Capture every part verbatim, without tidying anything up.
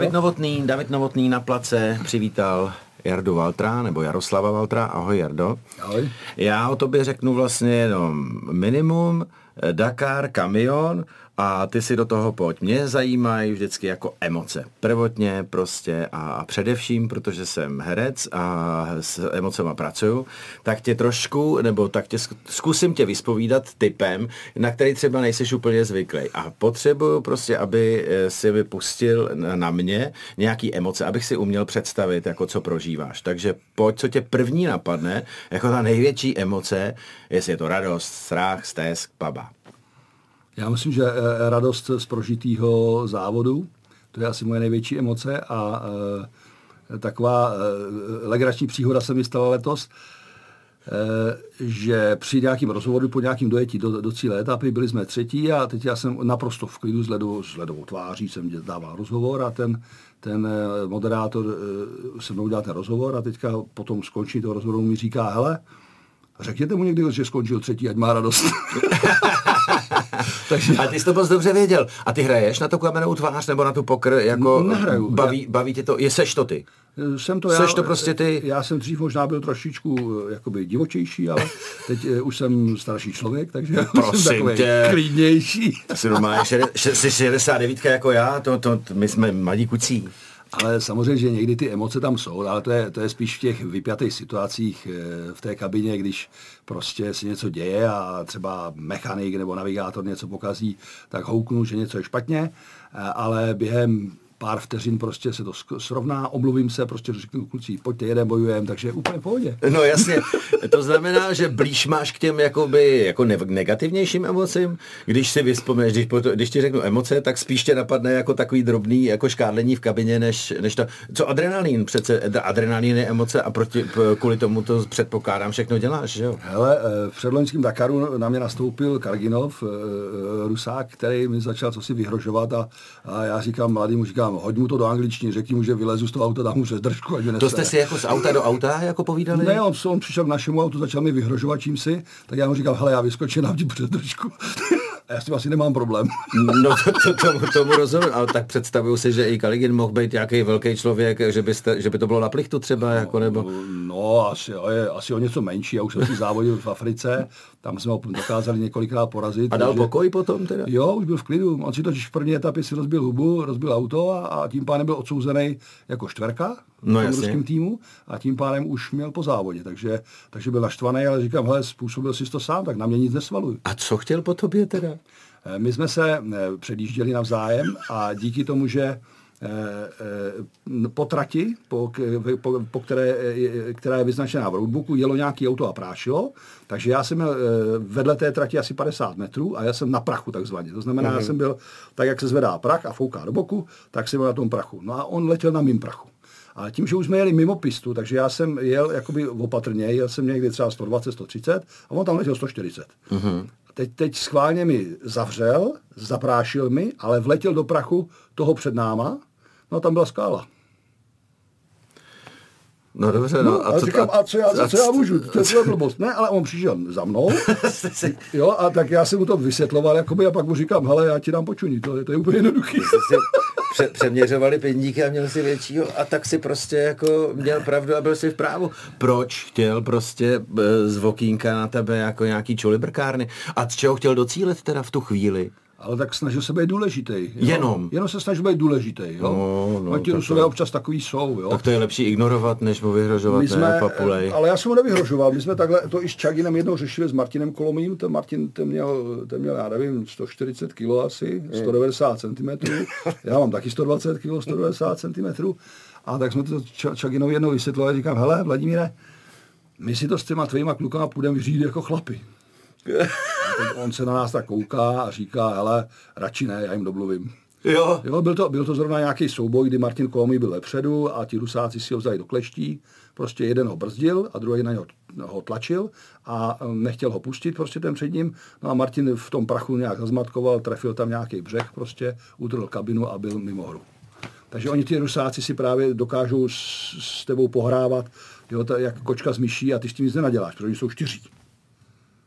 David Novotný, David Novotný na place přivítal Jardu Waltra, nebo Jaroslava Waltra. Ahoj, Jardo. Ahoj. Já o tobě řeknu vlastně jenom minimum, Dakar, kamion a ty si do toho pojď. Mě zajímají vždycky jako emoce. Prvotně prostě a, a především, protože jsem herec a s emocema pracuju, tak tě trošku, nebo tak tě zkusím tě vyspovídat typem, na který třeba nejseš úplně zvyklý. A potřebuju prostě, aby si vypustil na mě nějaký emoce, abych si uměl představit, jako co prožíváš. Takže pojď, co tě první napadne, jako ta největší emoce, jestli je to radost, strach, stesk, baba. Já myslím, že radost z prožitýho závodu, to je asi moje největší emoce a e, taková e, legrační příhoda se mi stala letos, e, že při nějakým rozhovoru po nějakým dojetí do, do cíle etapy byli jsme třetí a teď já jsem naprosto v klidu s ledovou, s ledovou tváří jsem dával rozhovor a ten, ten moderátor e, se mnou dělal ten rozhovor a teďka potom skončí toho rozhovoru mi říká, hele, řekněte mu někdy, že skončil třetí, ať má radost. Takže... A ty jsi to moc dobře věděl. A ty hraješ na tu kamennou tvář nebo na tu pokr? Jako Nehraju. Baví, baví tě to? Je seš to ty? Jsem to Seš já, to prostě ty? Já jsem dřív možná byl trošičku jakoby divočejší, ale teď už jsem starší člověk, takže prosím jsem takový tě. klidnější. Jsi normálně šedesát devět jako já, to, to, to, my jsme mladí kucí. Ale samozřejmě, že někdy ty emoce tam jsou, ale to je, to je spíš v těch vypjatých situacích v té kabině, když prostě se něco děje a třeba mechanik nebo navigátor něco pokazí, tak houknu, že něco je špatně, ale během pár vteřin prostě se to srovná, omluvím se, prostě řeknu kluci, pojďte, jeden bojujem, takže úplně v pohodě. No jasně, to znamená, že blíž máš k těm jakoby, jako negativnějším emocím, když si vyspomeneš, když, když ti řeknu emoce, tak spíš tě napadne jako takový drobný jako škádlení v kabině, než, než to, co adrenalin, přece adrenalin je emoce a proti, kvůli tomu to předpokládám všechno děláš, že jo? Hele, v předloňském Dakaru na mě nastoupil Karginov, Rusák, který mi začal cosi vyhrožovat a, a já říkám mladýmu, říkám, hoď mu to do angličtiny, řekni mu, že vylezu z toho auta, dám mu přes držku, ať mě nese. To jste si jako z auta do auta jako povídali? Ne, on, on přišel k našemu autu, začal mi vyhrožovat čímsi, tak já mu říkal, hele, já vyskočím na přes držku. A já s tím asi nemám problém. No to, to, tomu, tomu rozumím, ale tak představuju si, že i Kaligin mohl být nějaký velký člověk, že, byste, že by to bylo na plichtu třeba, no, jako nebo... No, asi, je, asi o něco menší, já už jsem si závodil v Africe, tam jsme ho dokázali několikrát porazit. A dal takže... pokoj potom teda? Jo, už byl v klidu, on si totiž v první etapě si rozbil hubu, rozbil auto a, a tím pádem byl odsouzený jako štverka no, v tom ruském týmu a tím pádem už měl po závodě, takže, takže byl naštvaný, ale říkám, hele, způsobil jsi to sám, tak na mě nic nesvaluj. A co chtěl po tobě teda? My jsme se předjížděli navzájem a díky tomu, že po trati, po, po, po které, která je vyznačená v roadbooku, jelo nějaký auto a prášilo, takže já jsem měl vedle té trati asi padesát metrů a já jsem na prachu takzvaně. To znamená, mm-hmm. já jsem byl tak, jak se zvedá prach a fouká do boku, tak jsem byl na tom prachu. No a on letěl na mým prachu. Ale tím, že už jsme jeli mimo pistu, takže já jsem jel jakoby opatrně, jel jsem někdy třeba sto dvacet, sto třicet a on tam letěl sto čtyřicet. Mm-hmm. Teď, teď schválně mi zavřel, zaprášil mi, ale vletěl do prachu toho před náma, no tam byla skála. No dobře, no. no a, co, říkám, a co já, a co já můžu? To je blbost. Ne, ale on přišel za mnou. Jo, a tak já jsem mu to vysvětloval, jakoby, a pak mu říkám, hele, já ti dám počuní, to, to je úplně jednoduchý. Pře- přeměřovali pindíky a měl si většího a tak si prostě jako měl pravdu a byl si v právu. Proč chtěl prostě z vokínka na tebe jako nějaký čulibrkárny? A z čeho chtěl docílit teda v tu chvíli? Ale tak snažil se být důležitý. Jo? Jenom? Jenom se snažil být důležitý. Jo? No, no, ti Rusové to... občas takový jsou. Jo? Tak to je lepší ignorovat, než mu vyhrožovat, jsme, ne, papulej. Ale já jsem mu nevyhrožoval. My jsme takhle to i s Čaginem jednou řešili s Martinem Kolomým. Ten Martin ten měl, ten měl, já nevím, sto čtyřicet kilo asi, sto devadesát centimetrů. Já mám taky sto dvacet kilo, sto devadesát centimetrů. A tak jsme to Čaginovi jednou vysvětlovali. Říkám, hele, Vladimíre, my si to s těma tvojima klukama půjdeme vyřídit jako chlapi. On se na nás tak kouká a říká, hele, radši ne, já jim domluvím. Jo. Jo, byl to, byl to zrovna nějaký souboj, kdy Martin Kolomý byl lepředu a ti Rusáci si ho vzali do kleští. Prostě jeden ho brzdil a druhý na něho ho tlačil a nechtěl ho pustit prostě ten před ním. No a Martin v tom prachu nějak zmatkoval, trefil tam nějaký břeh, prostě utrhl kabinu a byl mimo hru. Takže oni ti Rusáci si právě dokážou s, s tebou pohrávat, jo, ta, jak kočka s myší a ty s tím nic nenaděláš, protože oni jsou čtyři.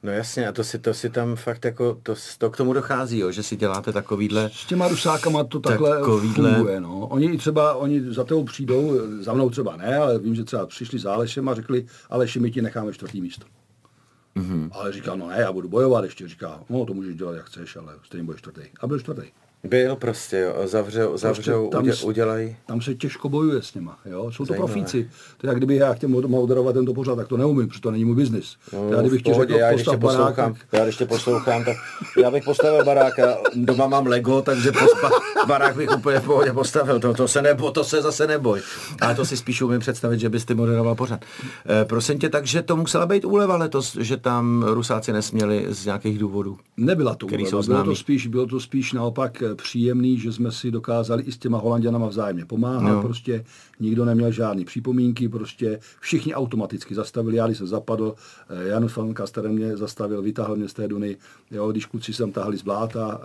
No jasně, a to si, to si tam fakt jako, to, to k tomu dochází, jo, že si děláte takovýhle... S těma Rusákama to takhle takovýhle... funguje, no. Oni třeba, oni za tebou přijdou, za mnou třeba ne, ale vím, že třeba přišli za Alešem a řekli, Aleši, my ti necháme čtvrtý místo. Mm-hmm. Ale říkal, no ne, já budu bojovat ještě, říká, no to můžeš dělat jak chceš, ale stejně budeš čtvrtý. A byl čtvrtý. Byl prostě, jo, zavřou, zavřou prostě uděl, udělají. Tam se těžko bojuje s nima, jo, jsou to Zajímavé. Profíci. To je jak kdyby já chtěl moderovat tento pořad, tak to neumím, protože to není můj biznis. No, já kdybych ti řekl, já ještě poslouchám, barák, já ještě poslouchám, tak já bych postavil barák, já doma mám Lego, takže pospa, barák bych úplně v pohodě postavil, to, to se nebo, to se zase neboj. Ale to si spíš umím představit, že bys ty moderoval pořad. E, prosím tě, takže to musela být úleva letos, že tam Rusáci nesměli z nějakých důvodů. Nebyla to úleva, bylo to spíš, bylo to spíš naopak příjemný, že jsme si dokázali i s těma Holanďanama vzájemně pomáhat, no. Prostě nikdo neměl žádný připomínky, prostě všichni automaticky zastavili, já když jsem zapadl, Janus van Kasteren mě zastavil, vytáhl mě z té Duny, jo, když kluci se tam tahali z bláta,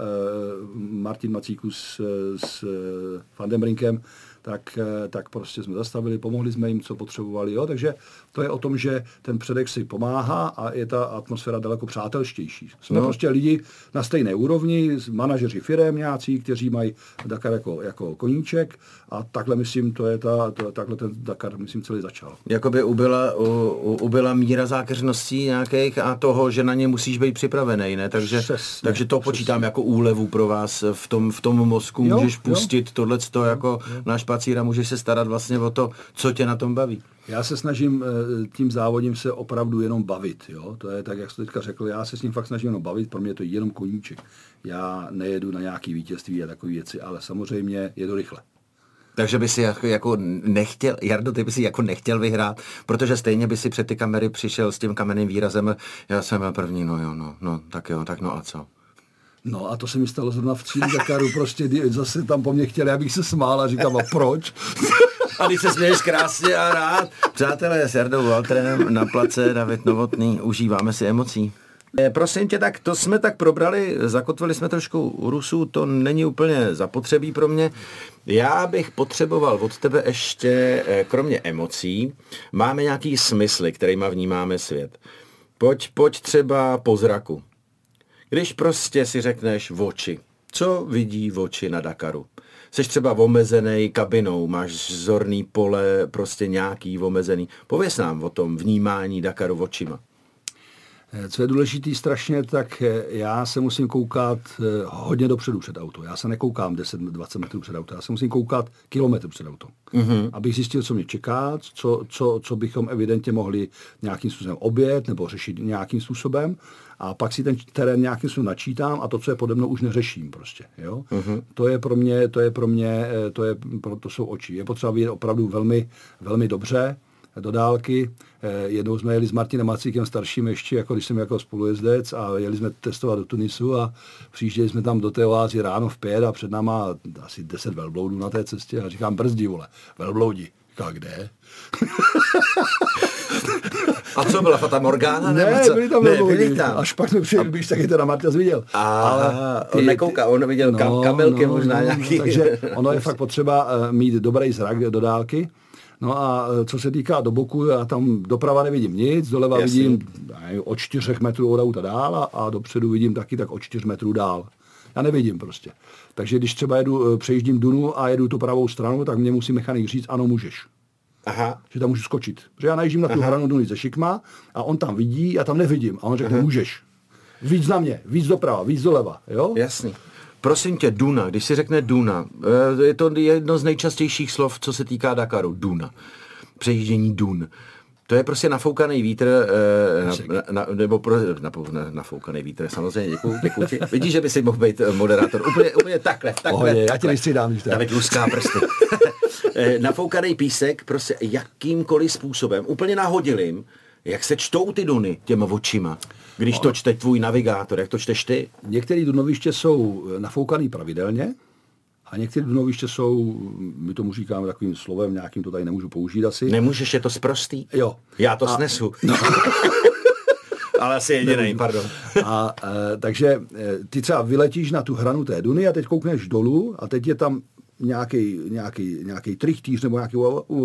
Martin Macíku s, s Van den Brinkem, tak, tak prostě jsme zastavili, pomohli jsme jim, co potřebovali, jo, takže to je o tom, že ten předek si pomáhá a je ta atmosféra daleko přátelštější. Jsme no. prostě lidi na stejné úrovni, manažeři firem nějací, kteří mají Dakar jako, jako koníček a takhle myslím, to je ta, to, takhle ten Dakar, myslím, celý začal. Jakoby ubyla, u, ubyla míra zákeřností nějakých a toho, že na ně musíš být připravený, ne? Takže, přesně, takže to přesně. Počítám jako úlevu pro vás v tom, v tom mozku, jo, můžeš pustit tohleto jako jo. náš pacír a můžeš se starat vlastně o to, co tě na tom baví. Já se snažím tím závodím se opravdu jenom bavit, jo. To je tak, jak jsi teďka řekl, já se s ním fakt snažím jenom bavit, pro mě to je jenom koníček. Já nejedu na nějaký vítězství a takové věci, ale samozřejmě jedu rychle. Takže by si jako, jako nechtěl, Jardo, ty by si jako nechtěl vyhrát, protože stejně by si před ty kamery přišel s tím kamenným výrazem, já jsem byl první, no jo, no, no, tak jo, tak no a co? No a to se mi stalo zrovna v třídě Dakaru, prostě zase tam po mně chtěli, abych se smál a říkám, a proč? A když se směješ krásně a rád. Přátelé, s Jardou Waltrem na place, David Novotný, užíváme si emocí. E, prosím tě, tak to jsme tak probrali, zakotvili jsme trošku u Rusů, to není úplně zapotřebí pro mě. Já bych potřeboval od tebe ještě, kromě emocí, máme nějaký smysly, kterýma vnímáme svět. Pojď, pojď třeba po zraku. Když prostě si řekneš oči, co vidí oči na Dakaru? Seš třeba omezený kabinou, máš zorný pole, prostě nějaký omezený. Pověz nám o tom vnímání Dakaru očima. Co je důležitý strašně, tak já se musím koukat hodně dopředu před auto. Já se nekoukám deset dvacet metrů před auto, já se musím koukat kilometr před auto. Mm-hmm. Abych zjistil, co mě čeká, co, co, co bychom evidentně mohli nějakým způsobem objet nebo řešit nějakým způsobem. A pak si ten terén nějakým způsobem načítám a to, co je pode mnou, už neřeším prostě. Jo? Mm-hmm. To je pro mě, to je pro mě, to, je, to jsou oči. Je potřeba vidět opravdu velmi, velmi dobře do dálky. Jednou jsme jeli s Martinem Macíkem starším ještě, jako když jsem jako spolujezdec a jeli jsme testovat do Tunisu a přijížděli jsme tam do té oázy ráno v pět a před náma asi deset velbloudů na té cestě a říkám, brzdi, vole, velbloudi. Říká, kde? A co byla Fata Morgana? Ne, co? byli tam ne, velbloudi. byli tam. Až pak jsme přijeli, když taky teda Marta viděl. Ale on nekouká, on viděl no, kabelky no, možná no, nějaký. Takže ono je fakt potřeba mít dobrý zrak do dálky. No a co se týká do boku, já tam doprava nevidím nic, doleva Jasně. vidím ne, od čtyřech metrů od auta dál a, a dopředu vidím taky tak od čtyř metrů dál. Já nevidím prostě. Takže když třeba jedu, přejíždím Dunu a jedu tu pravou stranu, tak mě musí mechanik říct, ano, můžeš. Aha. Že tam můžu skočit. Protože já najíždím na tu Aha. hranu Duny ze šikma a on tam vidí, já tam nevidím. A on řekne, Aha. můžeš. Víc na mě, víc doprava, víc doleva. Jo? Jasný. Prosím tě, Duna, když si řekne Duna, je to jedno z nejčastějších slov, co se týká Dakaru. Duna. Přejíždění Dun. To je prostě nafoukaný vítr, na, na, nebo pro, na, na, nafoukaný vítr, samozřejmě, děkuji, děkuji ti. Vidíš, že by si mohl být moderátor. Úplně, úplně takhle, takhle. Oje, já tě vystřídám. David luská prsty. Nafoukaný písek, prostě jakýmkoliv způsobem, úplně nahodilým, jak se čtou ty Duny těma očima. Když no. to čte tvůj navigátor, jak to čteš ty? Některé dunoviště jsou nafoukaný pravidelně a některé dunoviště jsou, my tomu říkáme takovým slovem, nějakým to tady nemůžu použít asi. Nemůžeš, je to sprostý? Jo. Já to a, snesu. No. Ale asi jedinej, pardon. A e, takže e, ty třeba vyletíš na tu hranu té Duny a teď koukneš dolů a teď je tam nějaký, nějaký, nějaký trichtýř nebo nějaký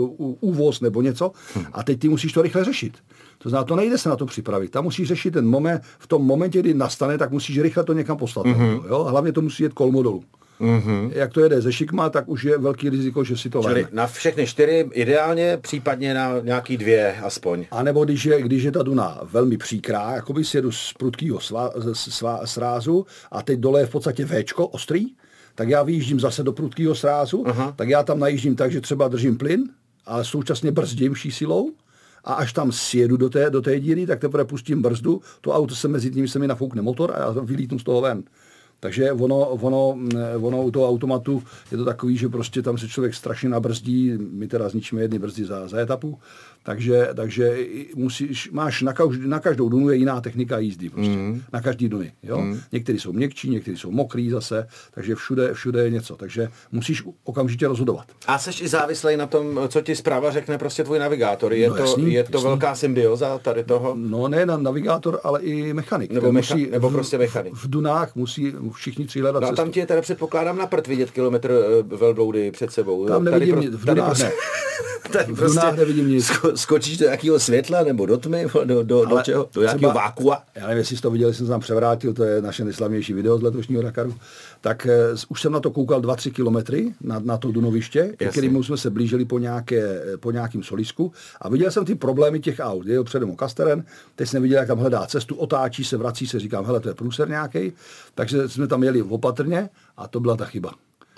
úvoz nebo něco a teď ty musíš to rychle řešit. To znamená, to nejde se na to připravit. Tam musíš řešit ten moment, v tom momentě, kdy nastane, tak musíš rychle to někam poslat. Mm-hmm. Jo? Hlavně to musí jet kolmo dolů. Mm-hmm. Jak to jede ze šikma, tak už je velký riziko, že si to Čili veme. Na všechny čtyři ideálně, případně na nějaký dvě aspoň. A nebo když je, když je ta duna velmi příkrá, jakoby si jedu z prudkýho svá, svá, srázu a teď dole je v podstatě véčko, ostrý, tak já vyjíždím zase do prudkýho srázu, aha, tak já tam najíždím tak, že třeba držím plyn, ale současně brzdím vší silou a až tam sjedu do té, do té díry, tak teprve pustím brzdu, to auto se mezi tím se mi nafoukne motor a já vylítnu z toho ven. Takže ono, ono, ono u toho automatu je to takový, že prostě tam se člověk strašně nabrzdí, my teda zničíme jedny brzdy za, za etapu, takže, takže musíš, máš na, každou, na každou dunu je jiná technika jízdy prostě, mm. na každý duny, jo. Mm. Některý jsou měkčí, některý jsou mokrý zase, takže všude, všude je něco, takže musíš okamžitě rozhodovat. A seš i závislý na tom, co ti zpráva řekne prostě tvůj navigátor, je no, to, jasný, je to jasný. velká symbioza tady toho? No ne na navigátor, ale i mechanik. Nebo, mecha- musí, nebo prostě mechanik. V, v dunách musí všichni tři hledat no a tam ti je teda předpokládám na prd vidět kilometr uh, velbloudy před sebou. Tam tady nevidím pro, nic, v dunách prostě, ne. Tady v prostě dunách nevidím nic. Sko, skočíš do jakého světla nebo do tmy, do, do, do čeho? Do jakého vákua? Já nevím, jestli jsi to viděl, jsem se tam převrátil, to je naše nejslavnější video z letošního Dakaru. Tak uh, už jsem na to koukal dva tři kilometry na, na to dunoviště, ke kterému jsme se blížili po, nějaké, po nějakým solisku a viděl jsem ty problémy těch aut. Jel předem o Kasteren, teď jsem viděl, jak tam hledá cestu, otáčí se, vrací se, říkám, hele, to je průser nějaký. Takže jsme tam jeli opatrně a to byla ta chyba.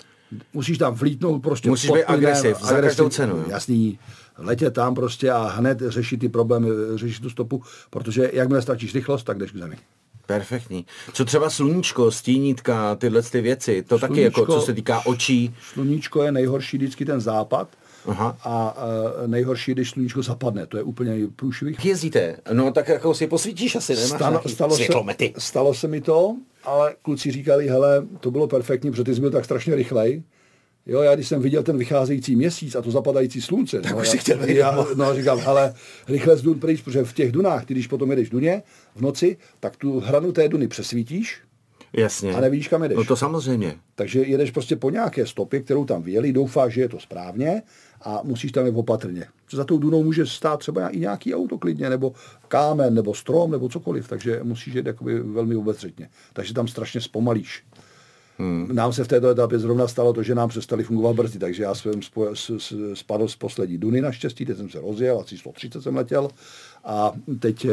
Musíš tam vlítnout prostě. Musíš být agresiv, za každou cenu. Jasný, letět tam prostě a hned řešit ty problémy, řešit tu stopu, protože jakmile ztratíš rychlost, tak jdeš k zemi. Perfektní. Co třeba sluníčko, stínítka, tyhle ty věci, to sluníčko, taky jako, co se týká očí. Sluníčko je nejhorší vždycky ten západ. Aha. A uh, nejhorší, když sluníčko zapadne, to je úplně průšvih. Jak jezdíte? No tak jako si posvítíš asi, nemáš stalo, stalo světlomety. Se, stalo se mi to, ale kluci říkali, hele, to bylo perfektní, protože ty jsi byl tak strašně rychlej. Jo, já když jsem viděl ten vycházející měsíc a to zapadající slunce, tak no, už já, si chtěl vidět. Já, no, říkám, hele, rychle z dun pryč, protože v těch dunách, ty když potom jedeš duně v noci, tak tu hranu té duny přesvítíš. Jasně. A nevíš, kam jedeš. No to samozřejmě. Takže jedeš prostě po nějaké stopě, kterou tam vyjeli, doufáš, že je to správně a musíš tam jít opatrně. Za tou dunou může stát třeba i nějaký auto klidně, nebo kámen, nebo strom, nebo cokoliv, takže musíš jít jakoby velmi obezřetně. Takže tam strašně zpomalíš. Hmm. Nám se v této etapě zrovna stalo to, že nám přestali fungovat brzdy, takže já jsem spo, s, s, spadl z poslední duny naštěstí, teď jsem se rozjel, asi sto třicet jsem letěl a teď...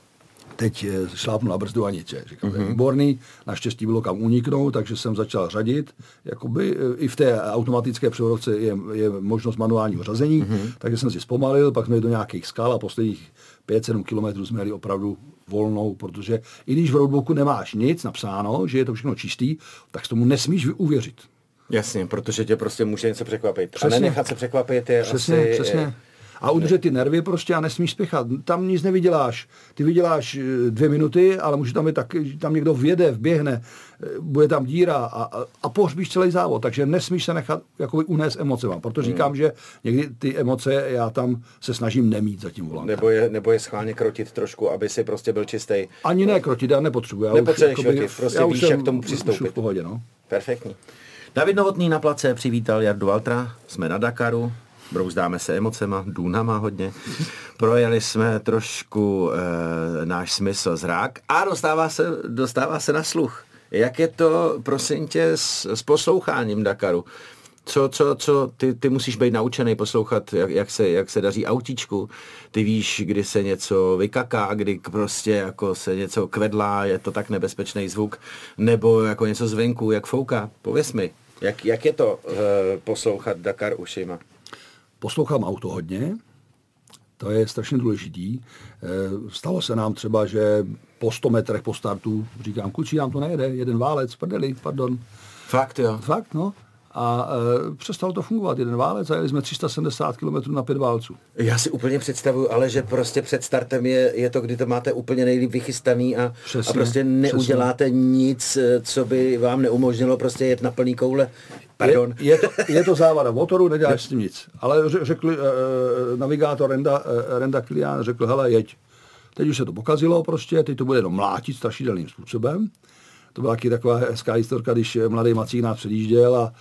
Teď šlápnu na brzdu a nic. Říkám, mm-hmm. výborný, naštěstí bylo kam uniknout, takže jsem začal řadit. Jakoby, i v té automatické převodovce je, je možnost manuálního řazení, mm-hmm. takže jsem si zpomalil, pak jsme jeli do nějakých skal a posledních pět sedm kilometrů jsme jeli opravdu volnou, protože i když v roadbooku nemáš nic napsáno, že je to všechno čistý, tak s tomu nesmíš uvěřit. Jasně, protože tě prostě může něco překvapit. Přesně. A nenechat se překvapit je přesně, asi... Přesně. A udržet ty nervy prostě a nesmíš spěchat. Tam nic nevyděláš. Ty vyděláš dvě minuty, ale může tam být tak, tam někdo vjede, vběhne, bude tam díra a, a, a pohřbíš celý závod. Takže nesmíš se nechat jakoby unést emocema. Proto říkám, hmm. že někdy ty emoce já tam se snažím nemít za tím volantem. Nebo je, nebo je schválně krotit trošku, aby si prostě byl čistý. Ani ne krotit, já nepotřebuji. Nepotřebuješ krotit, prostě víš, jak k tomu přistoupit. V pohodě, no. Perfektní. David Novotný na place přivítal Jardu Waltra, jsme na Dakaru. Brouzdáme se emocema, důnama hodně. Projeli jsme trošku e, náš smysl, zrak a dostává se, dostává se na sluch. Jak je to, prosím tě, s, s posloucháním Dakaru? Co, co, co, ty, ty musíš být naučený poslouchat, jak, jak, se, jak se daří autíčku. Ty víš, kdy se něco vykaká, kdy prostě jako se něco kvedlá, je to tak nebezpečný zvuk, nebo jako něco zvenku, jak fouká. Pověz mi, jak, jak je to e, poslouchat Dakar ušima? Poslouchám auto hodně, to je strašně důležitý. Stalo se nám třeba, že po sto metrech po startu říkám, kluci, nám to nejede, jeden válec, prdeli, pardon. Fakt, jo? Fakt, no. A e, přestalo to fungovat, jeden válec a jeli jsme tři sta sedmdesát kilometrů na pět válců. Já si úplně představuju, ale že prostě před startem je, je to, kdy to máte úplně nejlíp vychystaný a, přesně, a prostě neuděláte přesně. nic, co by vám neumožnilo prostě jet na plný koule. Pardon. Je, je, to, je to závada motoru, neděláš s tím nic. Ale řekl e, navigátor Renda, e, Renda Kilian, řekl, hele, jeď. Teď už se to pokazilo prostě, teď to bude jenom mlátit strašidelným způsobem. To byla taky taková hezká historka, když mladý Macík nás předjížděl a,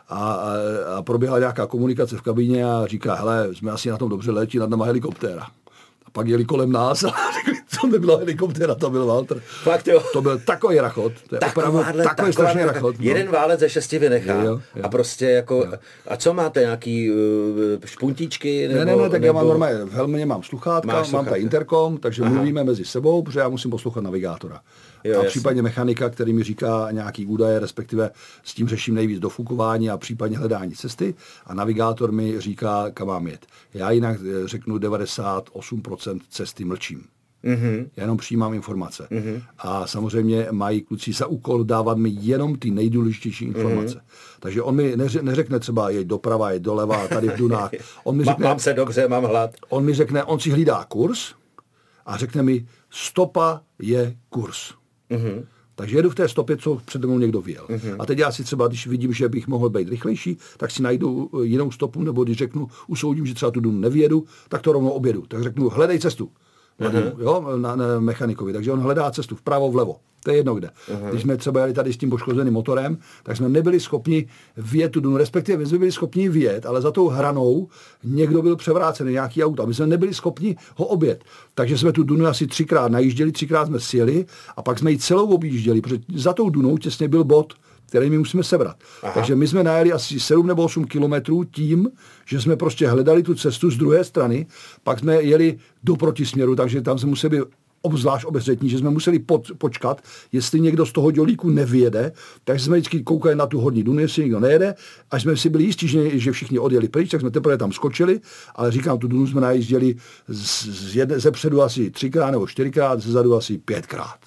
a, a, a proběhla nějaká komunikace v kabině a říká, hele, jsme asi na tom dobře, letí nad náma helikoptéra. A pak jeli kolem nás a řekli, to nebyla helikoptéra, to byl Walter. Fakt jo. To byl takový rachot. To je opravdu takový strašný rachot. No. Jeden válec ze šesti vynechá. Jo, jo. A prostě jako, jo. A co máte, nějaký uh, špuntíčky? Nebo, ne, ne, ne, tak nebo... já mám normálně, v helmě mám sluchátka, Máš mám tady interkom, takže Aha. mluvíme mezi sebou, protože já musím poslouchat navigátora. Jo, a případně mechanika, který mi říká nějaký údaje, respektive s tím řeším nejvíc dofukování a případně hledání cesty a navigátor mi říká, kam mám jet. Já jinak řeknu devadesát osm procent cesty mlčím. Mm-hmm. Já jenom přijímám informace. Mm-hmm. A samozřejmě mají kluci za úkol dávat mi jenom ty nejdůležitější informace. Mm-hmm. Takže on mi neřekne třeba jeď doprava, jeď doleva, tady v Dunách. On mi řekne, mám se dobře, mám hlad. On mi řekne, on si hlídá kurz a řekne mi, stopa je kurz. Mm-hmm. Takže jedu v té stopě, co přede mnou někdo vyjel. Mm-hmm. A teď já si třeba, když vidím, že bych mohl být rychlejší, tak si najdu jinou stopu, nebo když řeknu, usoudím, že třeba tu Dunu nevyjedu, tak to rovnou objedu. Tak řeknu, hledej cestu. Uh-huh. Jo, na, na mechanikovi. Takže on hledá cestu vpravo, vlevo. To je jedno kde. Uh-huh. Když jsme třeba jeli tady s tím poškozeným motorem, tak jsme nebyli schopni vyjet tu Dunu, respektive my jsme byli schopni vyjet, ale za tou hranou někdo byl převrácený, nějaký auto. My jsme nebyli schopni ho objet. Takže jsme tu Dunu asi třikrát najížděli, třikrát jsme sjeli a pak jsme ji celou objížděli, protože za tou Dunou těsně byl bod, který my musíme sebrat. Aha. Takže my jsme najeli asi sedm nebo osm kilometrů tím, že jsme prostě hledali tu cestu z druhé strany, pak jsme jeli do protisměru, takže tam jsme museli být obzvlášť obezřetní, že jsme museli pod, počkat, jestli někdo z toho dělíku nevyjede, takže jsme vždycky koukali na tu horní Dunu, jestli někdo nejede, až jsme si byli jistí, že, že všichni odjeli pryč, tak jsme teprve tam skočili, ale říkám, tu Dunu jsme najížděli z, z jedne, ze předu asi třikrát nebo čtyřikrát, ze zadu asi pětkrát.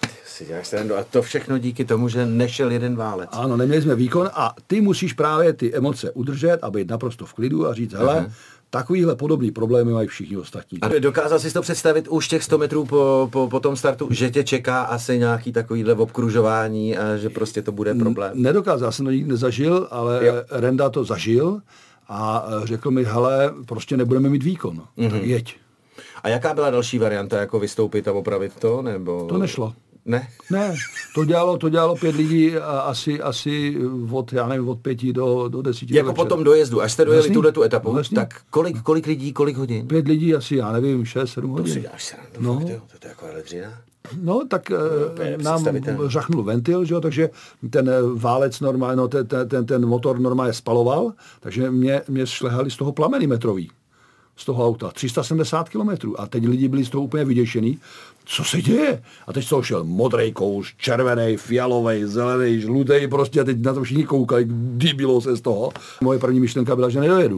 A to všechno díky tomu, že nešel jeden válec. Ano, neměli jsme výkon a ty musíš právě ty emoce udržet a být naprosto v klidu a říct, hele, takovýhle podobný problémy mají všichni ostatní. A dokázal jsi to představit už těch sto metrů po, po, po tom startu, že tě čeká asi nějaký takovýhle obkružování a že prostě to bude problém? Nedokázal, já jsem to nikdy nezažil, ale jo. Renda to zažil a řekl mi, hele, prostě nebudeme mít výkon, mm-hmm. tak jeď. A jaká byla další varianta, jako vystoupit a opravit to, nebo... To nešlo. Ne? Ne, to dělalo, to dělalo pět lidí a asi, asi od, já nevím, od pěti do, do desíti. Jako po tom dojezdu, až jste dojeli tuhle tu etapu, Vlastný? Tak kolik, kolik lidí, kolik hodin? Pět lidí asi, já nevím, šest, sedm hodin. To si děláš srandu, no. Fakt, jo, to je jako elektřina. No, tak no, nám řachnul ventil, že jo, takže ten válec normálně, no, ten, ten, ten motor normálně spaloval, takže mě, mě šlehali z toho plameny metrový. Z toho auta, tři sta sedmdesát kilometrů. A teď lidi byli z toho úplně vyděšený. Co se děje? A teď z toho šel modrej kouř, červený, fialový, zelený, žlutý, prostě a teď na to všichni koukali, kdy bylo se z toho. Moje první myšlenka byla, že nedojedu.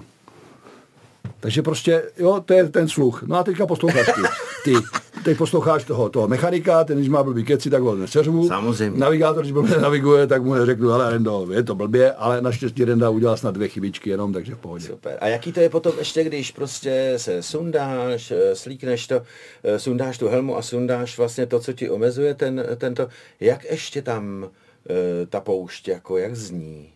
Takže prostě, jo, to je ten sluch. No a teďka posloucháš ty. Ty. Teď posloucháš toho, toho mechanika, ten, když má blbý keci, tak ho neseřvu. Samozřejmě. Navigátor, když blbě naviguje, tak mu řeknu, hele Rendo, je to blbě, ale naštěstí Renda udělal snad dvě chybičky jenom, takže v pohodě. Super. A jaký to je potom ještě, když prostě se sundáš, slíkneš to, sundáš tu helmu a sundáš vlastně to, co ti omezuje ten, tento, jak ještě tam ta poušť, jako jak zní?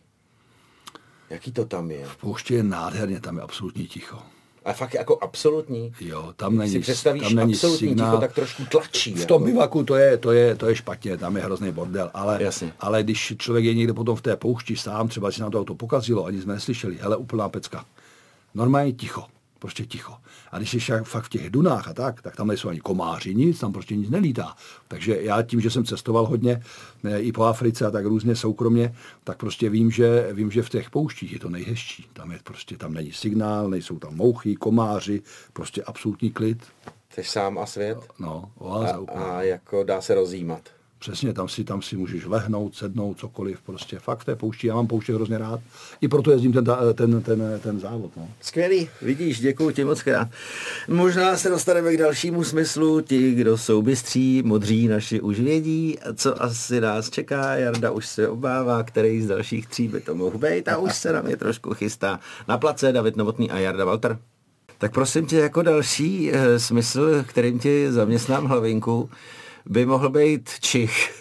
Jaký to tam je? V poušti je nádherně, tam je absolutní ticho. A fakt jako absolutní. Jo, tam není, si představíš tam není absolutní signál. ticho, tak trošku tlačí. V tom bivaku to je, to je, to je špatně, tam je hrozný bordel, ale, Jasně. ale když člověk je někde potom v té poušti sám, třeba si nám to auto pokazilo, ani jsme neslyšeli, hele, úplná pecka. Normálně ticho, prostě ticho. A když jsi fakt v těch dunách a tak, tak tam nejsou ani komáři, nic, tam prostě nic nelítá. Takže já tím, že jsem cestoval hodně ne, i po Africe a tak různě soukromně, tak prostě vím, že, vím, že v těch pouštích je to nejhezčí. Tam je prostě, tam není signál, nejsou tam mouchy, komáři, prostě absolutní klid. Jsi sám a svět? No, oáza a, úplně. A jako dá se rozjímat. Přesně, tam si, tam si můžeš lehnout, sednout, cokoliv, prostě fakt v té poušti. Já mám pouště hrozně rád. I proto jezdím ten, ten, ten, ten závod. No. Skvělý, vidíš, děkuju ti moc krát. Možná se dostaneme k dalšímu smyslu. Ti, kdo jsou bystří, modří, naši už vědí, co asi nás čeká. Jarda už se obává, který z dalších tří by to mohl být a už se na mě trošku chystá. Na place David Novotný a Jarda Walter. Tak prosím tě, jako další e, smysl, kterým ti zaměstnám hlavinku, by mohl být čich.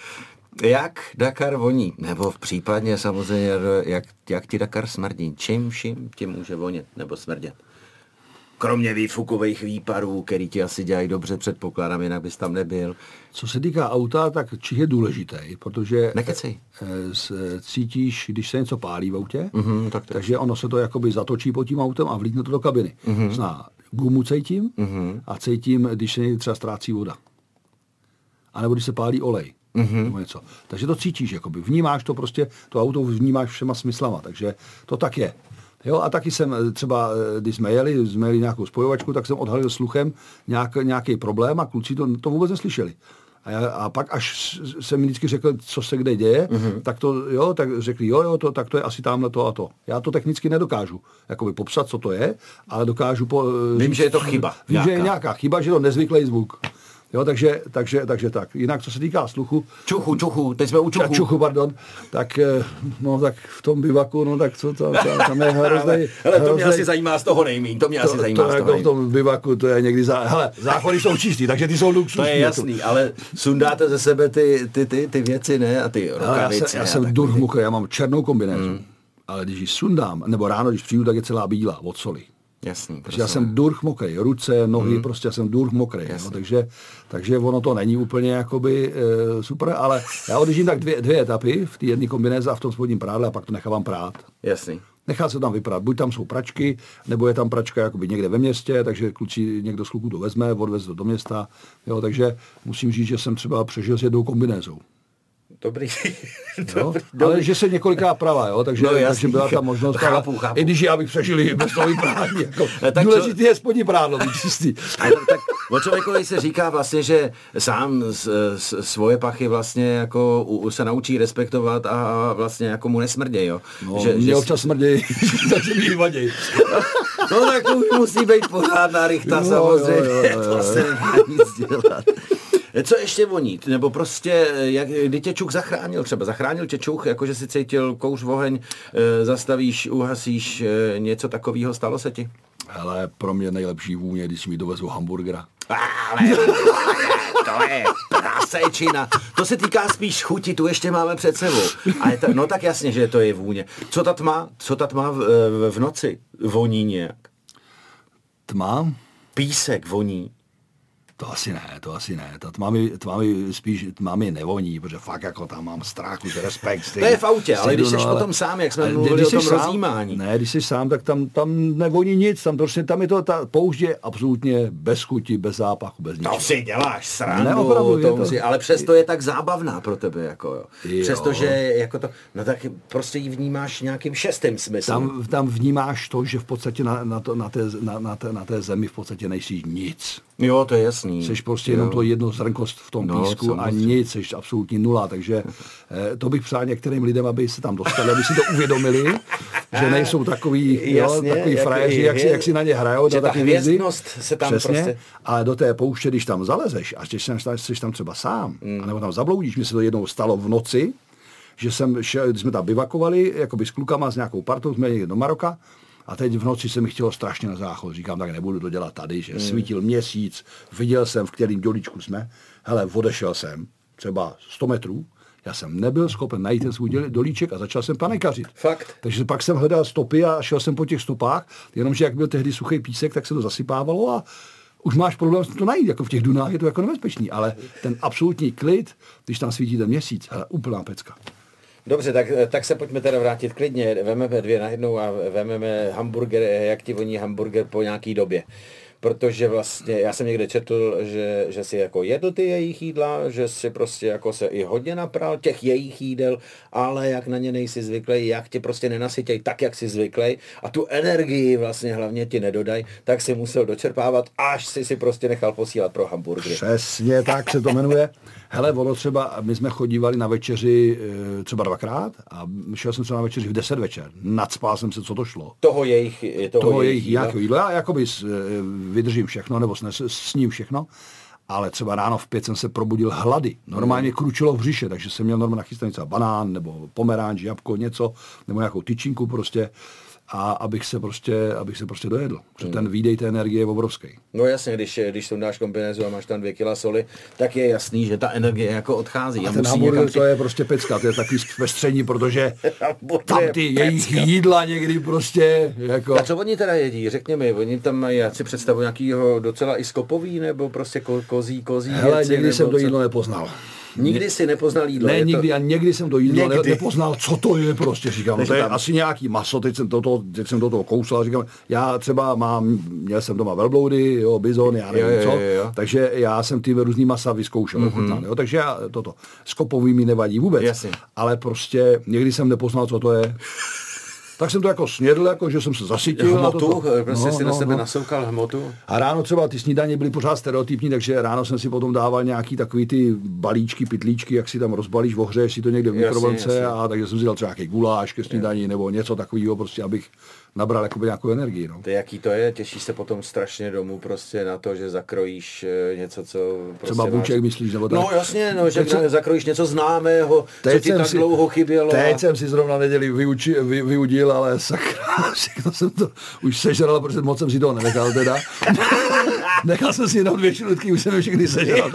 Jak Dakar voní? Nebo v případně samozřejmě, jak, jak ti Dakar smrdí? Čím vším ti může vonět nebo smrdět? kromě výfukových výparů, který ti asi dělají dobře, předpokládám, jinak bys tam nebyl. Co se týká auta, tak čich je důležitý, protože Nekecej. cítíš, když se něco pálí v autě, Mm-hmm, tak to takže ono se to jakoby zatočí pod tím autem a vlítne to do kabiny. Mm-hmm. Zná, gumu cítím mm-hmm. a cítím, když se někdy třeba ztrácí voda. A nebo když se pálí olej. Mm-hmm. Nebo něco. Takže to cítíš, jakoby. Vnímáš to prostě, to auto vnímáš všema smyslama, takže to tak je. Jo, a taky jsem třeba, když jsme jeli, jsme jeli nějakou spojovačku, tak jsem odhalil sluchem nějak, nějaký problém a kluci to, to vůbec neslyšeli. A, já, a pak, až jsem mi vždycky řekl, co se kde děje, mm-hmm. tak to, jo, tak řekli, jo, jo, to, tak to je asi tamhle to a to. Já to technicky nedokážu jakoby popsat, co to je, ale dokážu po... Vím, říct, že je to chyba. Vím, nějaká. že je nějaká chyba, že je to nezvyklý zvuk. Jo, takže, takže, takže tak. Jinak, co se týká sluchu... Čuchu, čuchu, teď jsme u čuchu. Čuchu, pardon. Tak, no, tak v tom bivaku, no, tak co tam, tam je hroznej... Hele, to mě asi zajímá z toho nejmíň, to mě to, asi zajímá to, z toho jako v tom bivaku, to je někdy... Za, hele, záchody jsou čistý, takže ty jsou luxusní. To je jasný, ale sundáte ze sebe ty, ty, ty, ty věci, ne? A ty rukavice. Já, já jsem durch mokrý, já mám černou kombinézu. Hmm. Ale když ji sundám, nebo ráno, když přijdu, tak je celá bílá od soli. Jasný. Takže já jsem durch mokrý, ruce, nohy, hmm. prostě já jsem durch mokrý. No, takže, takže ono to není úplně jakoby e, super, ale já odjíždím tak dvě, dvě etapy v té jedné kombinéze a v tom spodním prádle a pak to nechávám prát. Jasný. Nechá se tam vyprát. Buď tam jsou pračky, nebo je tam pračka jakoby někde ve městě, takže kluci, někdo z kluků to vezme, odveze to do města. Jo, takže musím říct, že jsem třeba přežil s jednou kombinézou. Dobrý. dobrý, dobrý. Ale že se několikrát prava, jo, takže, no, takže byla ta možnost. Chápu, ale, chápu. I když já bych přežil bez toho vyprání. Jako, důležitý to... je spodní prádlo, být čistý. Tak o člověkovi se říká vlastně, že sám s, s, svoje pachy vlastně jako u, se naučí respektovat a vlastně jako mu nesmrděj, jo. No, že, mě že občas si... smrděj, takže mi vaděj. No tak to už musí být pořádná rychta, no, samozřejmě, jo, jo, jo, jo. To se nedá nic dělat. Co ještě voní? Nebo prostě, jak, kdy tě čuch zachránil třeba? Zachránil tě čuch, jakože si cítil kouř, oheň, e, zastavíš, uhasíš, e, něco takového, stalo se ti? Hele, pro mě nejlepší vůně, když mi dovezou hamburgera. Ale to je prasečina. To se týká spíš chuti, tu ještě máme před sebou. A je ta, no tak jasně, že to je vůně. Co ta tma? Co ta tma v, v, v noci? Voní nějak? Tma? Písek voní. To asi ne, to asi ne. Ta tma mi, tma mi spíš tma mi nevoní, protože fakt jako tam mám strach, už respekt. Stejný, to je v autě, ale když jsi no, potom sám, jak jsme mluvili o tom sám, rozjímání. Ne, když jsi sám, tak tam, tam nevoní nic, tam, prostě, tam je to, ta poušť je absolutně bez chuti, bez zápachu, bez ničeho. To si děláš srandu, ne, opravdu, to musí, ale přesto je tak zábavná pro tebe, jako jo. Přestože jako to, no tak prostě ji vnímáš nějakým šestým smyslem. Tam, tam vnímáš to, že v podstatě na, na, to, na, té, na, na, té, na té zemi v podstatě nejsi nic. Jo, to je jasný. Seš prostě jo. jenom to jedno zrnkost v tom no, písku a nic, seš absolutní nula, takže eh, to bych přál některým lidem, aby se tam dostali, aby si to uvědomili, že nejsou takový, jasně, jo, takový frajeři, jak, jak, jak si na ně hrajou. Že ta hvězdnost se tam přesně, prostě... Ale do té pouště, když tam zalezeš a jsi tam, jsi tam třeba sám, mm. nebo tam zabloudíš, mi se to jednou stalo v noci, že jsem šel, když jsme tam bivakovali, jakoby s klukama, s nějakou partou, jsme jeli do Maroka, a teď v noci se mi chtělo strašně na záchod. Říkám, tak nebudu to dělat tady, že mm. svítil měsíc, viděl jsem, v kterým dolíčku jsme. Hele, odešel jsem třeba sto metrů, já jsem nebyl schopen najít ten svůj dolíček a začal jsem panikařit. Fakt. Takže pak jsem hledal stopy a šel jsem po těch stopách, jenomže jak byl tehdy suchý písek, tak se to zasypávalo a už máš problém to najít, jako v těch dunách je to jako nebezpečný, ale ten absolutní klid, když tam svítí ten měsíc, hele, úplná pecka. Dobře, tak, tak se pojďme teda vrátit klidně, vememe dvě najednou a vememe hamburger, jak ti voní hamburger po nějaký době. Protože vlastně, já jsem někde četl, že, že si jako jedl ty jejich jídla, že si prostě jako se i hodně napral těch jejich jídel, ale jak na ně nejsi zvyklý, jak tě prostě nenasytěj tak, jak jsi zvyklý a tu energii vlastně hlavně ti nedodaj, tak si musel dočerpávat, až si si prostě nechal posílat pro hamburgery. Přesně tak se to jmenuje. Hele, ono třeba, my jsme chodívali na večeři třeba dvakrát a šel jsem třeba na večeři v deset večer. Nadspál jsem se, co to šlo. Toho jejich, toho toho jejich jídla. jídla. Já jakoby vydržím všechno, nebo sním všechno, ale třeba ráno v pět jsem se probudil hlady. Normálně kručilo v břiše, takže jsem měl normálně nachystaný třeba banán, nebo pomeranč, jabko, něco, nebo nějakou tyčinku prostě. a abych se prostě, abych se prostě dojedl. Protože ten výdej té energie je obrovský. No jasně, když, když sundáš kombinézu a máš tam dvě kila soli, tak je jasný, že ta energie jako odchází. A, a ten hamburger to je prostě pecka, to je takový vestření, protože tam ty jejich jídla někdy prostě jako... A co oni teda jedí? Řekně mi, oni tam mají, já si představu nějakýho docela i skopový, nebo prostě ko, kozí, kozí Hele, věci, někdy jsem to co... jídlo nepoznal. Nikdy si nepoznal jídlo. Ne, je nikdy to... a někdy jsem to jídlo někdy. nepoznal, co to je prostě, říkám, no, to je tam... asi nějaký maso, teď jsem do toho, teď jsem do toho kousal, říkám, já třeba mám, měl jsem doma velbloudy, jo, bizon, já nevím jo, co, jo, jo. takže já jsem ty různý masa vyzkoušel, mm-hmm. ochutnal, jo, takže já toto, s kopový mi nevadí vůbec, Jasně. ale prostě někdy jsem nepoznal, co to je. Tak jsem to jako snědl, jako, že jsem se zasytil. Hmotu, prostě no, si no, na sebe no. nasoukal hmotu. A ráno třeba ty snídaně byly pořád stereotypní, takže ráno jsem si potom dával nějaký takový ty balíčky, pytlíčky, jak si tam rozbalíš, ohřeješ si to někde v mikrovlnce, a takže jsem si dal třeba nějaký guláš ke snídaní nebo něco takového, prostě, abych nabral jakoby nějakou energii. No. To jaký to je? Těšíš se potom strašně domů prostě na to, že zakrojíš něco, co... Prostě třeba bůček máš... myslíš, nebo tak? No jasně, no, že jsem... zakrojíš něco známého, co ti tak si... dlouho chybělo. Teď a... jsem si zrovna neděli vyuči, vy, vyudil, ale sakra, všechno jsem to už sežral, protože moc jsem si toho nenechal teda. Nechal jsem si jenom dvě šilutky, už jsem je všechny sežral.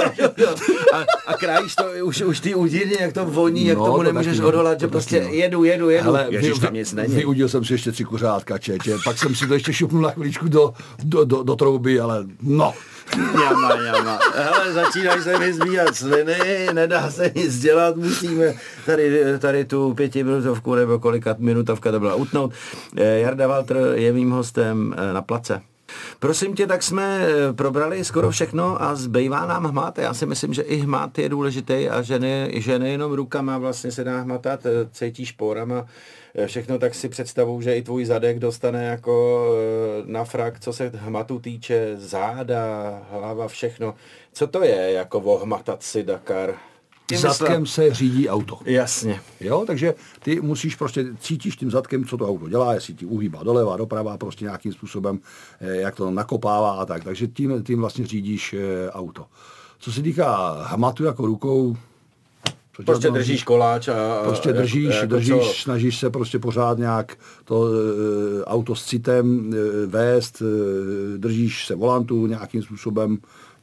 a, a krájíš to, už, už ty udírně, jak to voní, jak no, tomu to nemůžeš taky, odholat, že to prostě taky, no. jedu, jedu, jedu. Hele, Ježiš, vy, tam nic není. Vyudil jsem si ještě tři kuřátka, četě, pak jsem si to ještě šupnul na chviličku do, do, do, do trouby, ale no. Jama, jama. Hele, začínají se mi zbíhat sliny, nedá se nic dělat, musíme tady, tady tu pětiminutovku nebo kolika minutovka to byla utnout. Jarda Walter je mým hostem na place. Prosím tě, tak jsme probrali skoro všechno a zbývá nám hmat. Já si myslím, že i hmat je důležitý a že, ne, že nejenom rukama vlastně se dá hmatat, cítíš pórama, všechno, tak si představuji, že i tvůj zadek dostane jako na frak, co se hmatu týče, záda, hlava, všechno. Co to je jako ohmatat si Dakar? Zadkem se řídí auto. Jasně. Jo, takže ty musíš prostě, cítíš tím zadkem, co to auto dělá, jestli ti uhýbá doleva, doprava, prostě nějakým způsobem, jak to nakopává a tak. Takže tím, tím vlastně řídíš auto. Co se týká hmatu jako rukou, prostě držíš koláč a... Prostě držíš, jako držíš, co? Snažíš se prostě pořád nějak to e, auto s citem e, vést, e, držíš se volantu nějakým způsobem,